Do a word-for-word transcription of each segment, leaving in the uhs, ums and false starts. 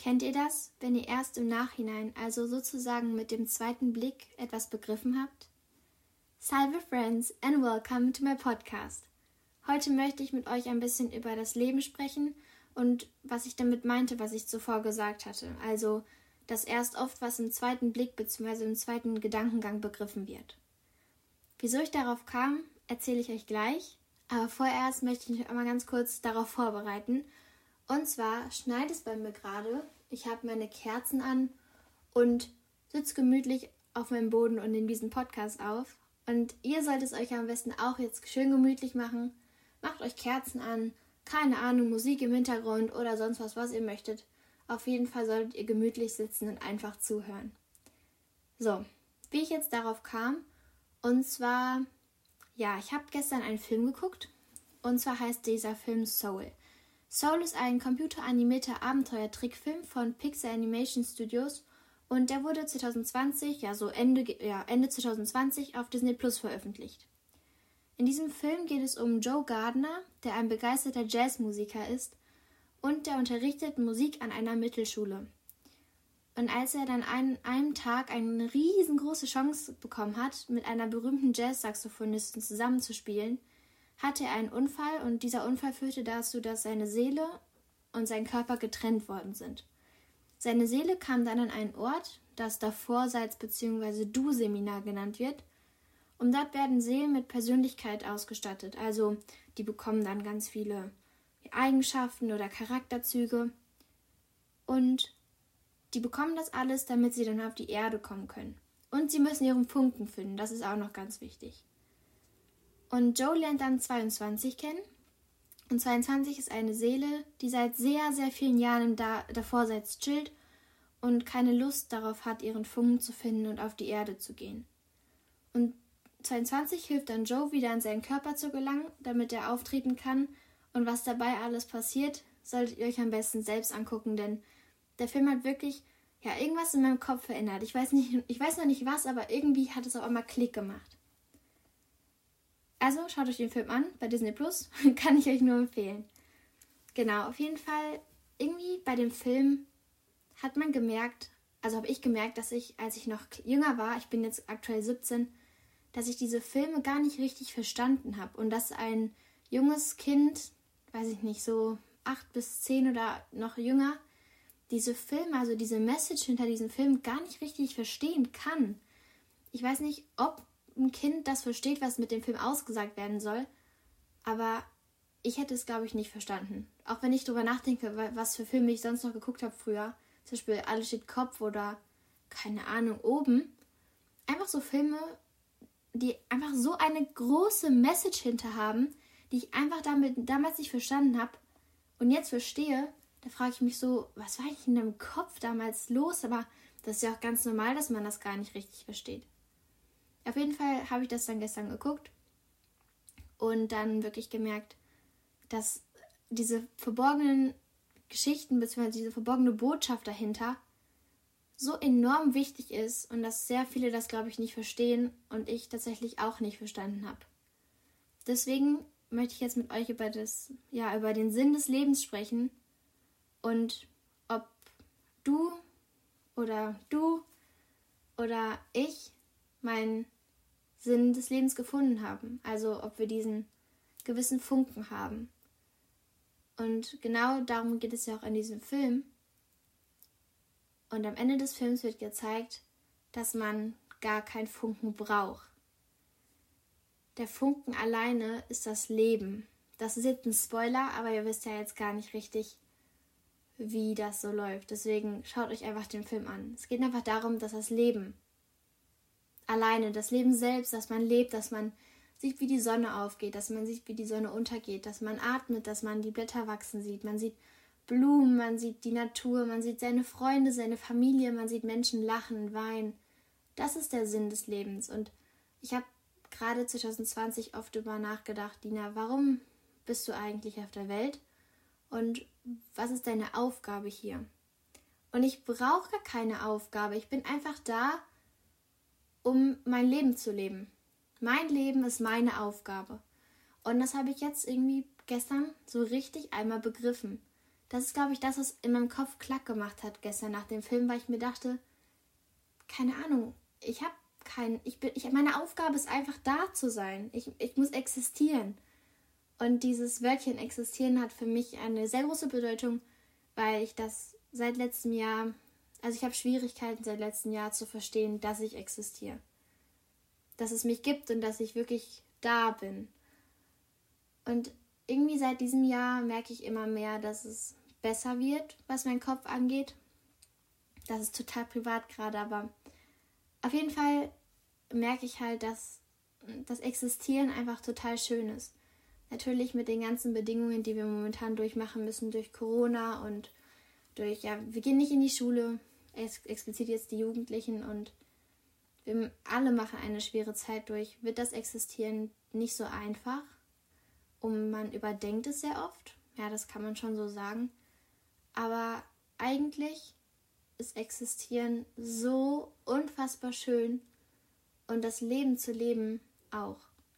Kennt ihr das, wenn ihr erst im Nachhinein, also sozusagen mit dem zweiten Blick, etwas begriffen habt? Salve Friends and welcome to my podcast. Heute möchte ich mit euch ein bisschen über das Leben sprechen und was ich damit meinte, was ich zuvor gesagt hatte. Also, dass erst oft was im zweiten Blick bzw. im zweiten Gedankengang begriffen wird. Wieso ich darauf kam, erzähle ich euch gleich. Aber vorerst möchte ich mich einmal ganz kurz darauf vorbereiten. Und zwar schneit es bei mir gerade. Ich habe meine Kerzen an und sitze gemütlich auf meinem Boden und nehme diesen Podcast auf. Und ihr solltet es euch am besten auch jetzt schön gemütlich machen. Macht euch Kerzen an, keine Ahnung, Musik im Hintergrund oder sonst was, was ihr möchtet. Auf jeden Fall solltet ihr gemütlich sitzen und einfach zuhören. So, wie ich jetzt darauf kam. Und zwar, ja, ich habe gestern einen Film geguckt. Und zwar heißt dieser Film Soul. Soul ist ein computeranimierter Abenteuer-Trickfilm von Pixar Animation Studios und der wurde zwanzig zwanzig, ja so Ende, ja, Ende zwanzig zwanzig auf Disney Plus veröffentlicht. In diesem Film geht es um Joe Gardner, der ein begeisterter Jazzmusiker ist und der unterrichtet Musik an einer Mittelschule. Und als er dann an einem Tag eine riesengroße Chance bekommen hat, mit einer berühmten Jazz-Saxophonistin zusammenzuspielen, hatte er einen Unfall und dieser Unfall führte dazu, dass seine Seele und sein Körper getrennt worden sind. Seine Seele kam dann an einen Ort, das Davorseits- bzw. Du-Seminar genannt wird, und dort werden Seelen mit Persönlichkeit ausgestattet, also die bekommen dann ganz viele Eigenschaften oder Charakterzüge und die bekommen das alles, damit sie dann auf die Erde kommen können. Und sie müssen ihren Funken finden, das ist auch noch ganz wichtig. Und Joe lernt dann zweiundzwanzig kennen. Und zweiundzwanzig ist eine Seele, die seit sehr, sehr vielen Jahren im da- Davorseits chillt und keine Lust darauf hat, ihren Funken zu finden und auf die Erde zu gehen. Und zweiundzwanzig hilft dann Joe, wieder an seinen Körper zu gelangen, damit er auftreten kann. Und was dabei alles passiert, solltet ihr euch am besten selbst angucken, denn der Film hat wirklich, ja, irgendwas in meinem Kopf verändert. Ich weiß nicht, ich weiß noch nicht was, aber irgendwie hat es auf einmal Klick gemacht. Also schaut euch den Film an bei Disney Plus, kann ich euch nur empfehlen. Genau, auf jeden Fall, irgendwie bei dem Film hat man gemerkt, also habe ich gemerkt, dass ich, als ich noch jünger war, ich bin jetzt aktuell siebzehn, dass ich diese Filme gar nicht richtig verstanden habe und dass ein junges Kind, weiß ich nicht, so acht bis zehn oder noch jünger, diese Filme, also diese Message hinter diesen Filmen gar nicht richtig verstehen kann. Ich weiß nicht, ob ein Kind das versteht, was mit dem Film ausgesagt werden soll, aber ich hätte es, glaube ich, nicht verstanden. Auch wenn ich darüber nachdenke, was für Filme ich sonst noch geguckt habe früher, zum Beispiel Alles steht Kopf oder, keine Ahnung, Oben. Einfach so Filme, die einfach so eine große Message hinter haben, die ich einfach damit damals nicht verstanden habe und jetzt verstehe. Da frage ich mich so, was war eigentlich in deinem Kopf damals los? Aber das ist ja auch ganz normal, dass man das gar nicht richtig versteht. Auf jeden Fall habe ich das dann gestern geguckt und dann wirklich gemerkt, dass diese verborgenen Geschichten bzw. diese verborgene Botschaft dahinter so enorm wichtig ist und dass sehr viele das, glaube ich, nicht verstehen und ich tatsächlich auch nicht verstanden habe. Deswegen möchte ich jetzt mit euch über das, ja, über den Sinn des Lebens sprechen und ob du oder du oder ich meinen Sinn des Lebens gefunden haben. Also ob wir diesen gewissen Funken haben. Und genau darum geht es ja auch in diesem Film. Und am Ende des Films wird gezeigt, dass man gar keinen Funken braucht. Der Funken alleine ist das Leben. Das ist jetzt ein Spoiler, aber ihr wisst ja jetzt gar nicht richtig, wie das so läuft. Deswegen schaut euch einfach den Film an. Es geht einfach darum, dass das Leben alleine, das Leben selbst, dass man lebt, dass man sieht, wie die Sonne aufgeht, dass man sieht, wie die Sonne untergeht, dass man atmet, dass man die Blätter wachsen sieht, man sieht Blumen, man sieht die Natur, man sieht seine Freunde, seine Familie, man sieht Menschen lachen, weinen. Das ist der Sinn des Lebens. Und ich habe gerade zwanzig zwanzig oft darüber nachgedacht, Dina, warum bist du eigentlich auf der Welt? Und was ist deine Aufgabe hier? Und ich brauche gar keine Aufgabe. Ich bin einfach da, um mein Leben zu leben. Mein Leben ist meine Aufgabe. Und das habe ich jetzt irgendwie gestern so richtig einmal begriffen. das ist, glaube ich, das, was in meinem Kopf klack gemacht hat gestern nach dem Film, weil ich mir dachte, keine Ahnung, ich habe kein, ich bin, ich, meine Aufgabe ist einfach da zu sein. Ich, ich muss existieren. Und dieses Wörtchen existieren hat für mich eine sehr große Bedeutung, weil ich das seit letztem Jahr, also ich habe Schwierigkeiten seit letztem Jahr zu verstehen, dass ich existiere. Dass es mich gibt und dass ich wirklich da bin. Und irgendwie seit diesem Jahr merke ich immer mehr, dass es besser wird, was mein Kopf angeht. Das ist total privat gerade, aber auf jeden Fall merke ich halt, dass das Existieren einfach total schön ist. Natürlich mit den ganzen Bedingungen, die wir momentan durchmachen müssen, durch Corona und durch, ja, wir gehen nicht in die Schule, ex- explizit jetzt die Jugendlichen, und wir alle machen eine schwere Zeit durch, wird das Existieren nicht so einfach. Und man überdenkt es sehr oft, ja, das kann man schon so sagen. Aber eigentlich ist Existieren so unfassbar schön und das Leben zu leben auch.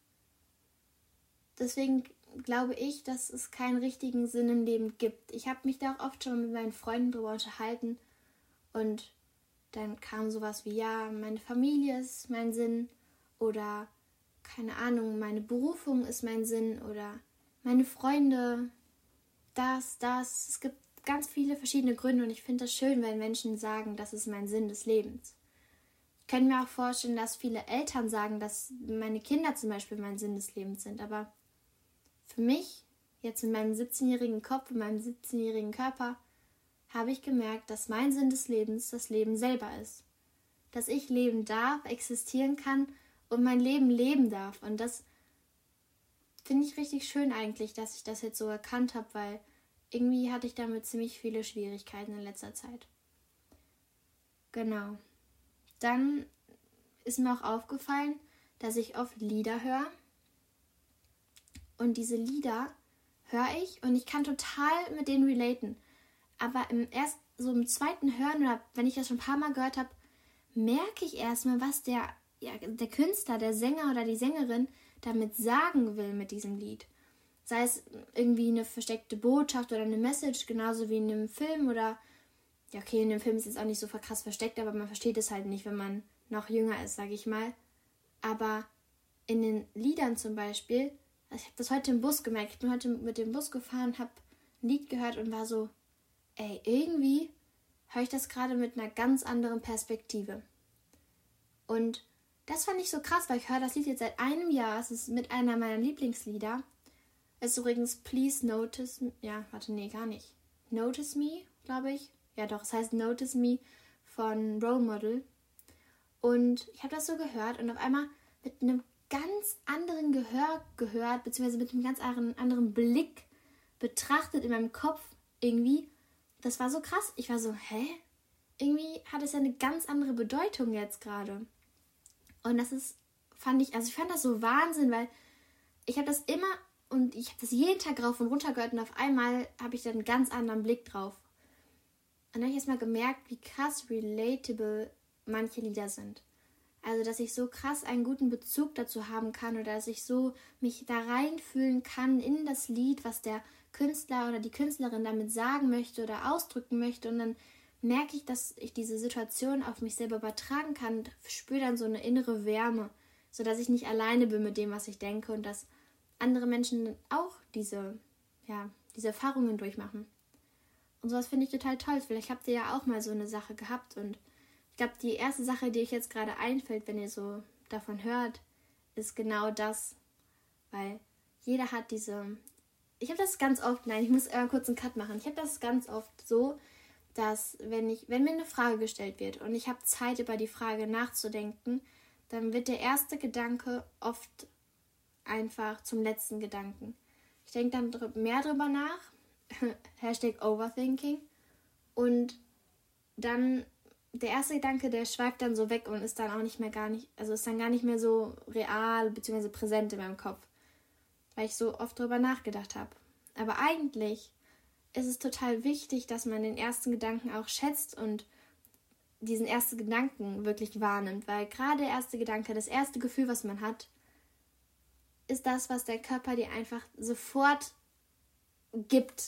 Deswegen glaube ich, dass es keinen richtigen Sinn im Leben gibt. Ich habe mich da auch oft schon mit meinen Freunden drüber unterhalten und dann kam sowas wie, ja, meine Familie ist mein Sinn oder, keine Ahnung, meine Berufung ist mein Sinn oder meine Freunde, das, das. Es gibt ganz viele verschiedene Gründe und ich finde das schön, wenn Menschen sagen, das ist mein Sinn des Lebens. Ich kann mir auch vorstellen, dass viele Eltern sagen, dass meine Kinder zum Beispiel mein Sinn des Lebens sind, aber für mich, jetzt in meinem siebzehnjährigen Kopf, in meinem siebzehnjährigen Körper, habe ich gemerkt, dass mein Sinn des Lebens das Leben selber ist. Dass ich leben darf, existieren kann und mein Leben leben darf. Und das finde ich richtig schön eigentlich, dass ich das jetzt so erkannt habe, weil irgendwie hatte ich damit ziemlich viele Schwierigkeiten in letzter Zeit. Genau. Dann ist mir auch aufgefallen, dass ich oft Lieder höre. Und diese Lieder höre ich und ich kann total mit denen relaten. Aber im erst so im zweiten Hören oder wenn ich das schon ein paar Mal gehört habe, merke ich erstmal, was der, ja, der Künstler, der Sänger oder die Sängerin damit sagen will mit diesem Lied. Sei es irgendwie eine versteckte Botschaft oder eine Message, genauso wie in einem Film oder, ja okay, in dem Film ist es auch nicht so krass versteckt, aber man versteht es halt nicht, wenn man noch jünger ist, sage ich mal. Aber in den Liedern zum Beispiel, also ich habe das heute im Bus gemerkt, ich bin heute mit dem Bus gefahren, habe ein Lied gehört und war so, ey, irgendwie höre ich das gerade mit einer ganz anderen Perspektive. Und das fand ich so krass, weil ich höre das Lied jetzt seit einem Jahr. Es ist mit einer meiner Lieblingslieder. Es ist übrigens Please Notice Me. Ja, warte, nee, gar nicht. Notice Me, glaube ich. Ja, doch, es heißt Notice Me von Role Model. Und ich habe das so gehört und auf einmal mit einem ganz anderen Gehör gehört, beziehungsweise mit einem ganz anderen, anderen Blick betrachtet in meinem Kopf irgendwie. Das war so krass. Ich war so, hä? Irgendwie hat es ja eine ganz andere Bedeutung jetzt gerade. Und das ist, fand ich, also ich fand das so Wahnsinn, weil ich habe das immer und ich habe das jeden Tag rauf und runter gehört und auf einmal habe ich da einen ganz anderen Blick drauf. Und dann habe ich erst mal gemerkt, wie krass relatable manche Lieder sind. Also, dass ich so krass einen guten Bezug dazu haben kann oder dass ich so mich da reinfühlen kann in das Lied, was der Künstler oder die Künstlerin damit sagen möchte oder ausdrücken möchte. Und dann merke ich, dass ich diese Situation auf mich selber übertragen kann und spüre dann so eine innere Wärme, sodass ich nicht alleine bin mit dem, was ich denke und dass andere Menschen auch diese, ja, diese Erfahrungen durchmachen. Und sowas finde ich total toll. Vielleicht habt ihr ja auch mal so eine Sache gehabt und ich glaube, die erste Sache, die euch jetzt gerade einfällt, wenn ihr so davon hört, ist genau das, weil jeder hat diese, ich habe das ganz oft, nein, ich muss äh, kurz einen Cut machen, ich habe das ganz oft so, dass wenn ich, wenn mir eine Frage gestellt wird und ich habe Zeit, über die Frage nachzudenken, dann wird der erste Gedanke oft einfach zum letzten Gedanken. Ich denke dann dr- mehr drüber nach, Hashtag Overthinking, und dann der erste Gedanke, der schweift dann so weg und ist dann auch nicht mehr gar nicht, also ist dann gar nicht mehr so real bzw. präsent in meinem Kopf, weil ich so oft drüber nachgedacht habe. Aber eigentlich ist es total wichtig, dass man den ersten Gedanken auch schätzt und diesen ersten Gedanken wirklich wahrnimmt, weil gerade der erste Gedanke, das erste Gefühl, was man hat, ist das, was der Körper dir einfach sofort gibt.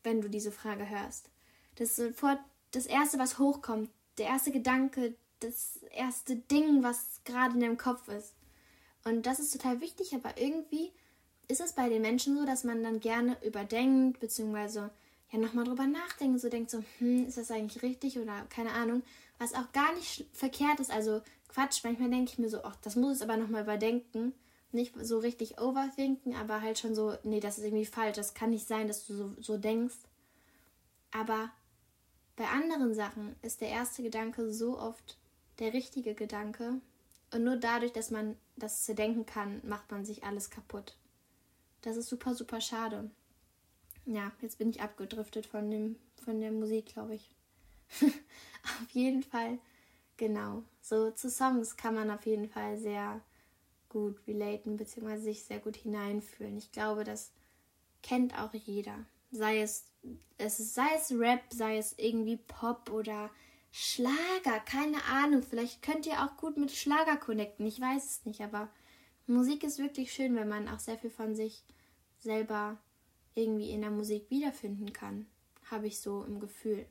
wenn du diese Frage hörst. Das ist sofort das Erste, was hochkommt, der erste Gedanke, das erste Ding, was gerade in deinem Kopf ist. Und das ist total wichtig, aber irgendwie ist es bei den Menschen so, dass man dann gerne überdenkt, beziehungsweise ja nochmal drüber nachdenkt, so denkt so, hm, ist das eigentlich richtig oder keine Ahnung, was auch gar nicht verkehrt ist, also Quatsch, manchmal denke ich mir so, ach, das muss ich aber nochmal überdenken, nicht so richtig overthinken, aber halt schon so, nee, das ist irgendwie falsch, das kann nicht sein, dass du so, so denkst, aber bei anderen Sachen ist der erste Gedanke so oft der richtige Gedanke und nur dadurch, dass man das zerdenken kann, macht man sich alles kaputt. Das ist super, super schade. Ja, jetzt bin ich abgedriftet von dem, von der Musik, glaube ich. Auf jeden Fall, genau. So zu Songs kann man auf jeden Fall sehr gut relaten, beziehungsweise sich sehr gut hineinfühlen. Ich glaube, das kennt auch jeder. Sei es, es ist, sei es Rap, sei es irgendwie Pop oder Schlager, keine Ahnung. Vielleicht könnt ihr auch gut mit Schlager connecten, ich weiß es nicht, aber Musik ist wirklich schön, wenn man auch sehr viel von sich selber irgendwie in der Musik wiederfinden kann, habe ich so im Gefühl.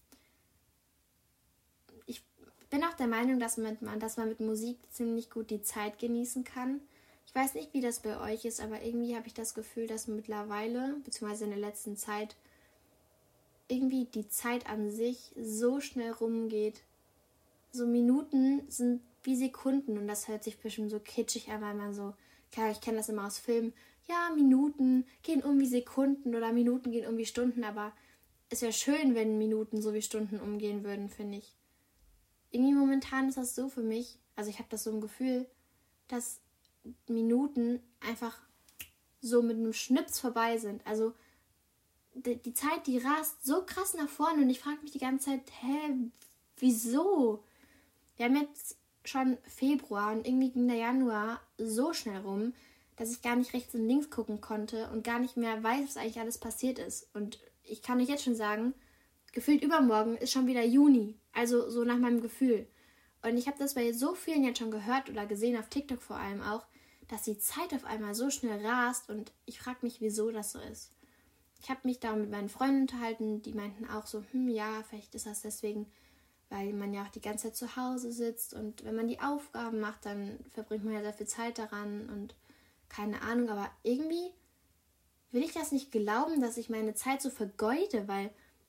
Ich bin auch der Meinung, dass man, dass man mit Musik ziemlich gut die Zeit genießen kann. Ich weiß nicht, wie das bei euch ist, aber irgendwie habe ich das Gefühl, dass mittlerweile, beziehungsweise in der letzten Zeit, irgendwie die Zeit an sich so schnell rumgeht. So Minuten sind wie Sekunden und das hört sich bestimmt so kitschig an, weil man so, klar, ich kenne das immer aus Filmen, ja, Minuten gehen um wie Sekunden oder Minuten gehen um wie Stunden, aber es wäre schön, wenn Minuten so wie Stunden umgehen würden, finde ich. Irgendwie momentan ist das so für mich, also ich habe das so im Gefühl, dass Minuten einfach so mit einem Schnips vorbei sind. Also die, die Zeit, die rast so krass nach vorne und ich frage mich die ganze Zeit, hä, wieso? Wir haben jetzt schon Februar und irgendwie ging der Januar so schnell rum, dass ich gar nicht rechts und links gucken konnte und gar nicht mehr weiß, was eigentlich alles passiert ist. Und ich kann euch jetzt schon sagen, gefühlt übermorgen ist schon wieder Juni. Also so nach meinem Gefühl. Und ich habe das bei so vielen jetzt schon gehört oder gesehen, auf TikTok vor allem auch, dass die Zeit auf einmal so schnell rast und ich frage mich, wieso das so ist. Ich habe mich da mit meinen Freunden unterhalten, die meinten auch so, hm, ja, vielleicht ist das deswegen, weil man ja auch die ganze Zeit zu Hause sitzt und wenn man die Aufgaben macht, dann verbringt man ja sehr viel Zeit daran und keine Ahnung, aber irgendwie will ich das nicht glauben, dass ich meine Zeit so vergeude, weil,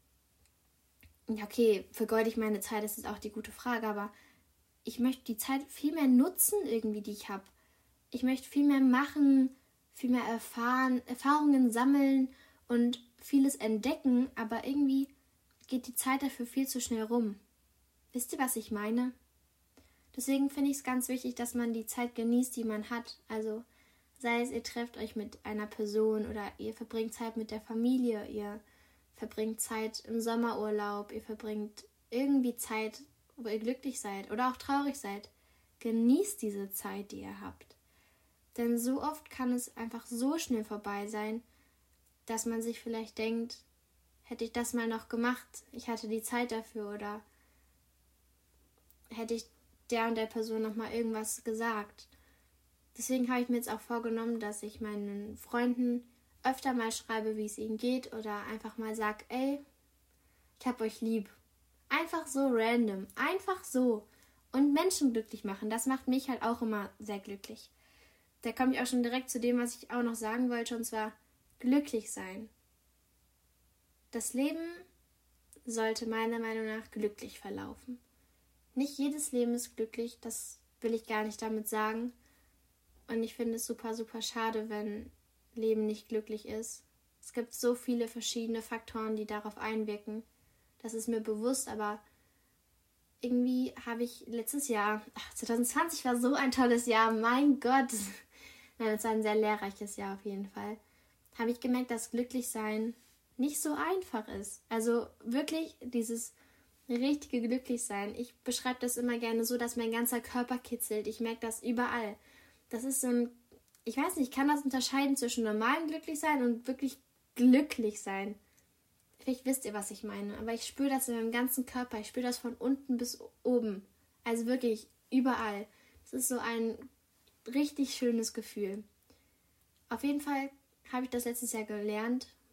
ja okay, vergeude ich meine Zeit, das ist auch die gute Frage, aber ich möchte die Zeit viel mehr nutzen irgendwie, die ich habe. Ich möchte viel mehr machen, viel mehr erfahren, Erfahrungen sammeln und vieles entdecken, aber irgendwie geht die Zeit dafür viel zu schnell rum. Wisst ihr, was ich meine? Deswegen finde ich es ganz wichtig, dass man die Zeit genießt, die man hat. Also sei es, ihr trefft euch mit einer Person oder ihr verbringt Zeit mit der Familie, ihr verbringt Zeit im Sommerurlaub, ihr verbringt irgendwie Zeit, wo ihr glücklich seid oder auch traurig seid. Genießt diese Zeit, die ihr habt. Denn so oft kann es einfach so schnell vorbei sein, dass man sich vielleicht denkt, hätte ich das mal noch gemacht, ich hatte die Zeit dafür oder hätte ich der und der Person noch mal irgendwas gesagt. Deswegen habe ich mir jetzt auch vorgenommen, dass ich meinen Freunden öfter mal schreibe, wie es ihnen geht oder einfach mal sage, ey, ich hab euch lieb. Einfach so random, einfach so. Und Menschen glücklich machen, das macht mich halt auch immer sehr glücklich. Da komme ich auch schon direkt zu dem, was ich auch noch sagen wollte, und zwar glücklich sein. Das Leben sollte meiner Meinung nach glücklich verlaufen. Nicht jedes Leben ist glücklich, das will ich gar nicht damit sagen. Und ich finde es super, super schade, wenn Leben nicht glücklich ist. Es gibt so viele verschiedene Faktoren, die darauf einwirken. Das ist mir bewusst, aber irgendwie habe ich letztes Jahr, ach, zwanzig zwanzig war so ein tolles Jahr, mein Gott. Nein, es war ein sehr lehrreiches Jahr auf jeden Fall. Habe ich gemerkt, dass Glücklichsein nicht so einfach ist. Also wirklich dieses richtige Glücklichsein. Ich beschreibe das immer gerne so, dass mein ganzer Körper kitzelt. Ich merke das überall. Das ist so ein, ich weiß nicht, ich kann das unterscheiden zwischen normalem Glücklichsein und wirklich glücklich sein. Vielleicht wisst ihr, was ich meine, aber ich spüre das in meinem ganzen Körper. Ich spüre das von unten bis oben. Also wirklich überall. Es ist so ein richtig schönes Gefühl. Auf jeden Fall habe ich das letztes Jahr gelernt,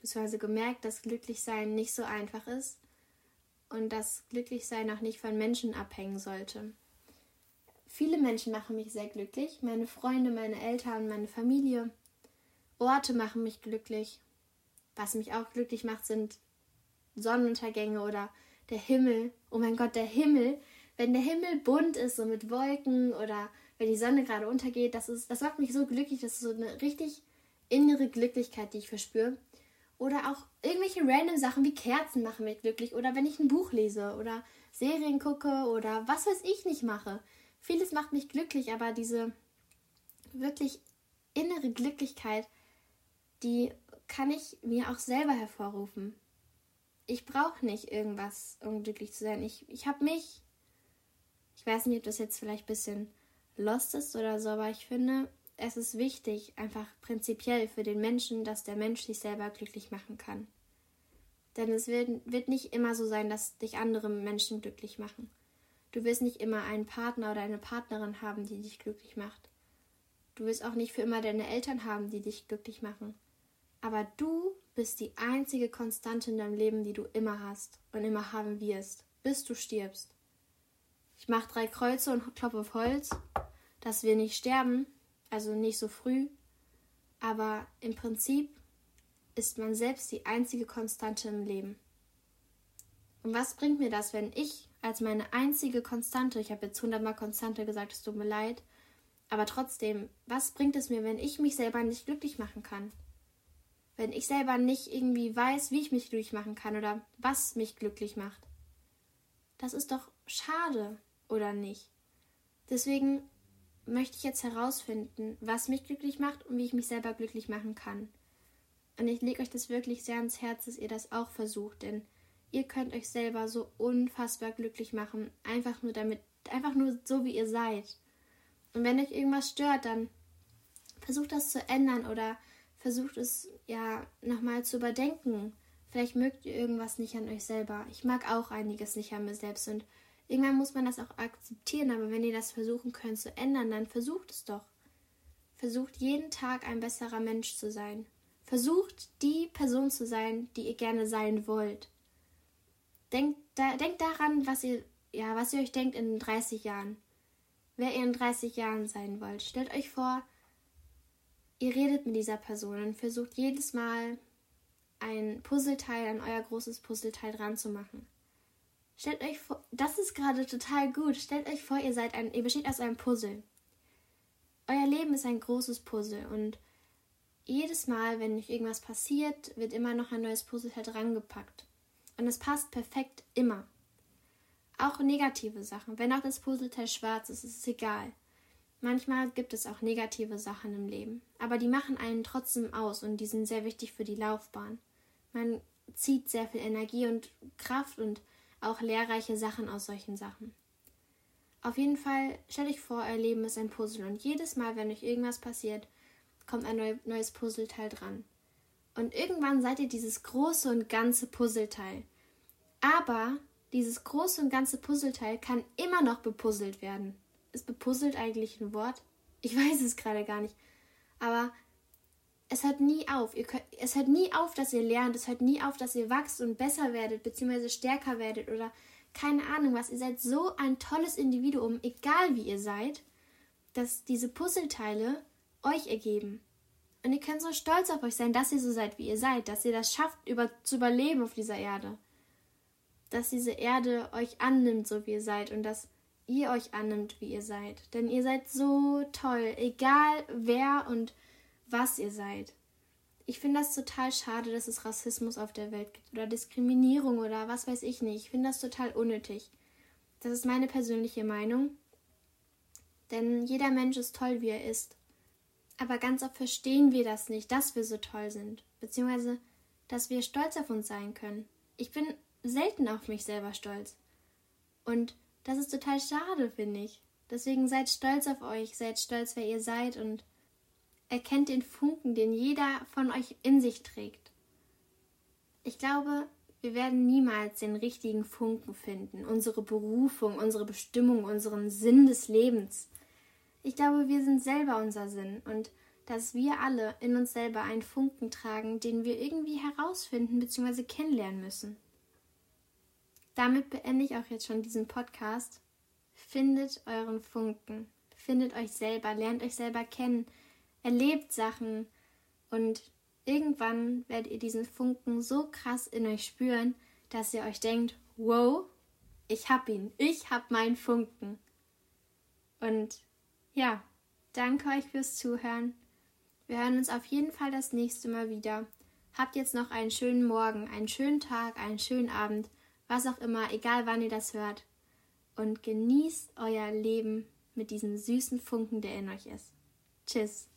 beziehungsweise gemerkt, dass Glücklichsein nicht so einfach ist und dass Glücklichsein auch nicht von Menschen abhängen sollte. Viele Menschen machen mich sehr glücklich. Meine Freunde, meine Eltern, meine Familie. Orte machen mich glücklich. Was mich auch glücklich macht, sind Sonnenuntergänge oder der Himmel. Oh mein Gott, der Himmel. Wenn der Himmel bunt ist, so mit Wolken oder wenn die Sonne gerade untergeht, das ist, das macht mich so glücklich. Das ist so eine richtig innere Glücklichkeit, die ich verspüre. Oder auch irgendwelche random Sachen wie Kerzen machen mich glücklich. Oder wenn ich ein Buch lese oder Serien gucke oder was weiß ich nicht mache. Vieles macht mich glücklich, aber diese wirklich innere Glücklichkeit, die kann ich mir auch selber hervorrufen. Ich brauche nicht irgendwas, um glücklich zu sein. Ich, ich habe mich, ich weiß nicht, ob das jetzt vielleicht ein bisschen lost ist oder so, aber ich finde, es ist wichtig, einfach prinzipiell für den Menschen, dass der Mensch sich selber glücklich machen kann. Denn es wird, wird nicht immer so sein, dass dich andere Menschen glücklich machen. Du wirst nicht immer einen Partner oder eine Partnerin haben, die dich glücklich macht. Du wirst auch nicht für immer deine Eltern haben, die dich glücklich machen. Aber du bist die einzige Konstante in deinem Leben, die du immer hast und immer haben wirst, bis du stirbst. Ich mache drei Kreuze und klopfe auf Holz, dass wir nicht sterben, also nicht so früh. Aber im Prinzip ist man selbst die einzige Konstante im Leben. Und was bringt mir das, wenn ich als meine einzige Konstante, ich habe jetzt hundertmal Konstante gesagt, es tut mir leid, aber trotzdem, was bringt es mir, wenn ich mich selber nicht glücklich machen kann? Wenn ich selber nicht irgendwie weiß, wie ich mich glücklich machen kann oder was mich glücklich macht? Das ist doch schade, oder nicht? Deswegen möchte ich jetzt herausfinden, was mich glücklich macht und wie ich mich selber glücklich machen kann. Und ich lege euch das wirklich sehr ans Herz, dass ihr das auch versucht, denn ihr könnt euch selber so unfassbar glücklich machen, einfach nur damit, einfach nur so, wie ihr seid. Und wenn euch irgendwas stört, dann versucht das zu ändern oder versucht es ja nochmal zu überdenken. Vielleicht mögt ihr irgendwas nicht an euch selber. Ich mag auch einiges nicht an mir selbst und irgendwann muss man das auch akzeptieren, aber wenn ihr das versuchen könnt zu ändern, dann versucht es doch. Versucht jeden Tag ein besserer Mensch zu sein. Versucht die Person zu sein, die ihr gerne sein wollt. Denkt, da, denkt daran, was ihr, ja, was ihr euch denkt in dreißig Jahren. Wer ihr in dreißig Jahren sein wollt. Stellt euch vor, ihr redet mit dieser Person und versucht jedes Mal ein Puzzleteil an euer großes Puzzleteil dran zu machen. Stellt euch vor, das ist gerade total gut. Stellt euch vor, ihr seid ein, ihr besteht aus einem Puzzle. Euer Leben ist ein großes Puzzle und jedes Mal, wenn euch irgendwas passiert, wird immer noch ein neues Puzzleteil dran gepackt. Und es passt perfekt immer. Auch negative Sachen. Wenn auch das Puzzleteil schwarz ist, ist es egal. Manchmal gibt es auch negative Sachen im Leben. Aber die machen einen trotzdem aus und die sind sehr wichtig für die Laufbahn. Man zieht sehr viel Energie und Kraft und auch lehrreiche Sachen aus solchen Sachen. Auf jeden Fall, stellt euch vor, euer Leben ist ein Puzzle und jedes Mal, wenn euch irgendwas passiert, kommt ein neu, neues Puzzleteil dran. Und irgendwann seid ihr dieses große und ganze Puzzleteil. Aber dieses große und ganze Puzzleteil kann immer noch bepuzzelt werden. Ist bepuzzelt eigentlich ein Wort? Ich weiß es gerade gar nicht. Aber es hört nie auf. Ihr könnt, es hört nie auf, dass ihr lernt. Es hört nie auf, dass ihr wachst und besser werdet, beziehungsweise stärker werdet oder keine Ahnung was. Ihr seid so ein tolles Individuum, egal wie ihr seid, dass diese Puzzleteile euch ergeben. Und ihr könnt so stolz auf euch sein, dass ihr so seid, wie ihr seid, dass ihr das schafft, über, zu überleben auf dieser Erde. Dass diese Erde euch annimmt, so wie ihr seid und dass ihr euch annimmt, wie ihr seid. Denn ihr seid so toll, egal wer und was ihr seid. Ich finde das total schade, dass es Rassismus auf der Welt gibt oder Diskriminierung oder was weiß ich nicht. Ich finde das total unnötig. Das ist meine persönliche Meinung. Denn jeder Mensch ist toll, wie er ist. Aber ganz oft verstehen wir das nicht, dass wir so toll sind. Beziehungsweise, dass wir stolz auf uns sein können. Ich bin selten auf mich selber stolz. Und das ist total schade, finde ich. Deswegen seid stolz auf euch, seid stolz, wer ihr seid und erkennt den Funken, den jeder von euch in sich trägt. Ich glaube, wir werden niemals den richtigen Funken finden, unsere Berufung, unsere Bestimmung, unseren Sinn des Lebens. Ich glaube, wir sind selber unser Sinn und dass wir alle in uns selber einen Funken tragen, den wir irgendwie herausfinden bzw. kennenlernen müssen. Damit beende ich auch jetzt schon diesen Podcast. Findet euren Funken, findet euch selber, lernt euch selber kennen, erlebt Sachen und irgendwann werdet ihr diesen Funken so krass in euch spüren, dass ihr euch denkt, wow, ich hab ihn, ich hab meinen Funken. Und ja, danke euch fürs Zuhören. Wir hören uns auf jeden Fall das nächste Mal wieder. Habt jetzt noch einen schönen Morgen, einen schönen Tag, einen schönen Abend, was auch immer, egal wann ihr das hört. Und genießt euer Leben mit diesem süßen Funken, der in euch ist. Tschüss.